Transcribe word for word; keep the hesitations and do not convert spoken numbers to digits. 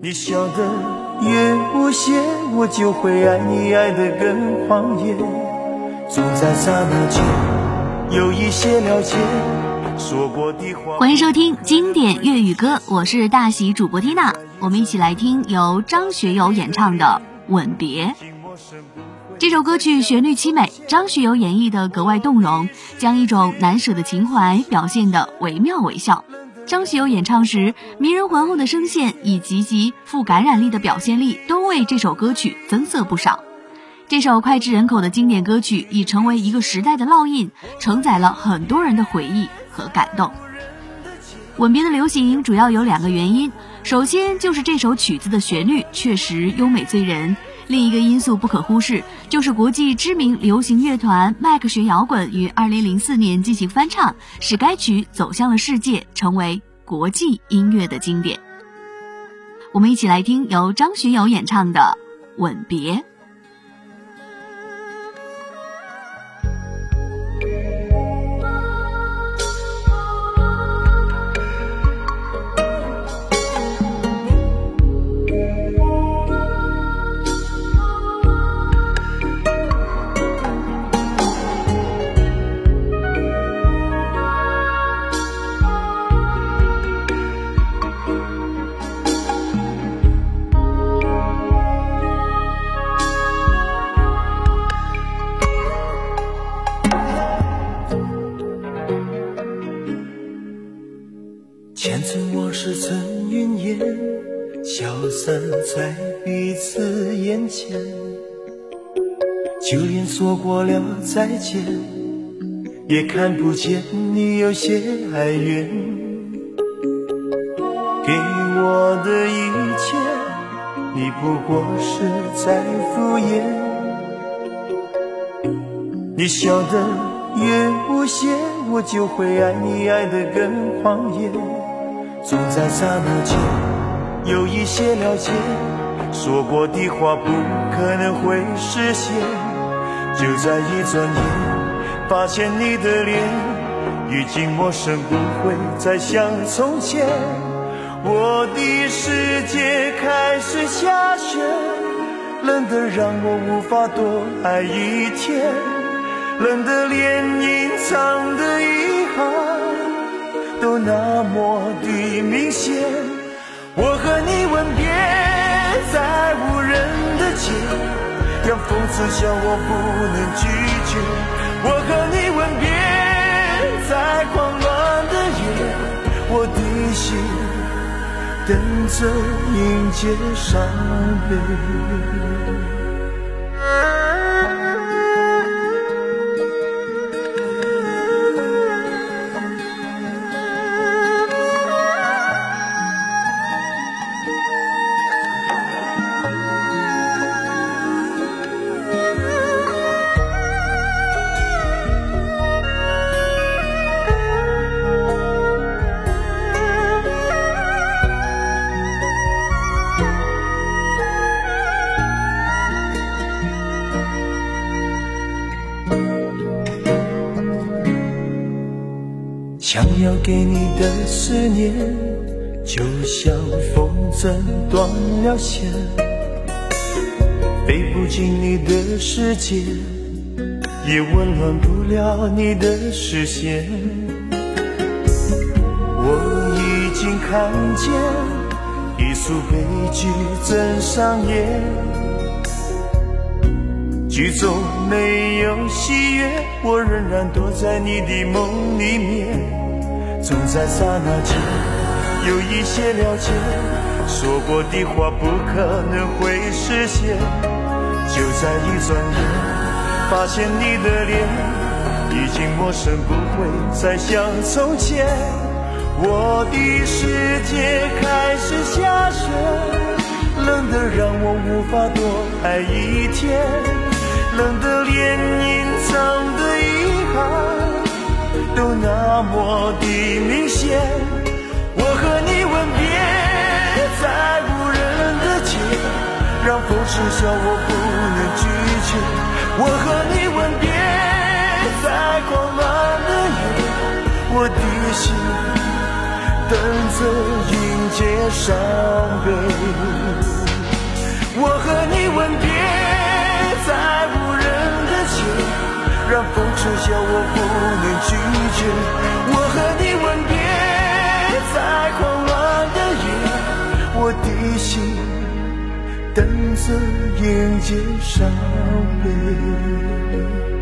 你笑得越无邪，我就会爱你爱得更狂野。总在刹那间有一些了解，说过的话。 欢迎收听经典粤语歌，我是大喜主播缇娜，我们一起来听由张学友演唱的《吻别》。这首歌曲旋律凄美，张学友演绎的格外动容，将一种难舍的情怀表现得惟妙惟肖。张学友演唱时迷人浑厚的声线以及其富感染力的表现力都为这首歌曲增色不少。这首脍炙人口的经典歌曲已成为一个时代的烙印，承载了很多人的回忆和感动。吻别的流行主要有两个原因，首先就是这首曲子的旋律确实优美醉人，另一个因素不可忽视，就是国际知名流行乐团麦克学摇滚于二零零四年进行翻唱，使该曲走向了世界，成为国际音乐的经典。我们一起来听由张学友演唱的《吻别》。 前尘往事成云烟，消散在彼此眼前，就连说过了再见，也看不见你有些哀怨。给我的一切，你不过是在敷衍。你笑得越无邪，我就会爱你爱得更狂野。总在刹那间有一些了解，说过的话不可能会实现。就在一转眼，发现你的脸已经陌生，不会再像从前。我的世界开始下雪，冷得让我无法多爱一天，冷得连隐藏的遗憾都那么的明显。我和你吻别在无人的街，让风刺笑我不能拒绝。我和你吻别在狂乱的夜，我的心等着迎接伤悲。想要给你的思念，就像风筝断了线，飞不进你的世界，也温暖不了你的视线。我已经看见一出悲剧正上演，剧中没有喜悦，我仍然躲在你的梦里面。总在刹那间有一些了解，说过的话不可能会实现。就在一转眼，发现你的脸已经陌生，不会再像从前。我的世界开始下雪，冷得让我无法多爱一天，冷得连隐藏的遗憾都那么的明显。我和你吻别在无人的街，让风痴笑我不能拒绝。我和你吻别在狂乱的夜，我的心等着迎接伤悲。我和你吻别在无人的街，让风吹笑我不能拒绝。我和你吻别在狂乱的夜，我的心等着迎接伤悲。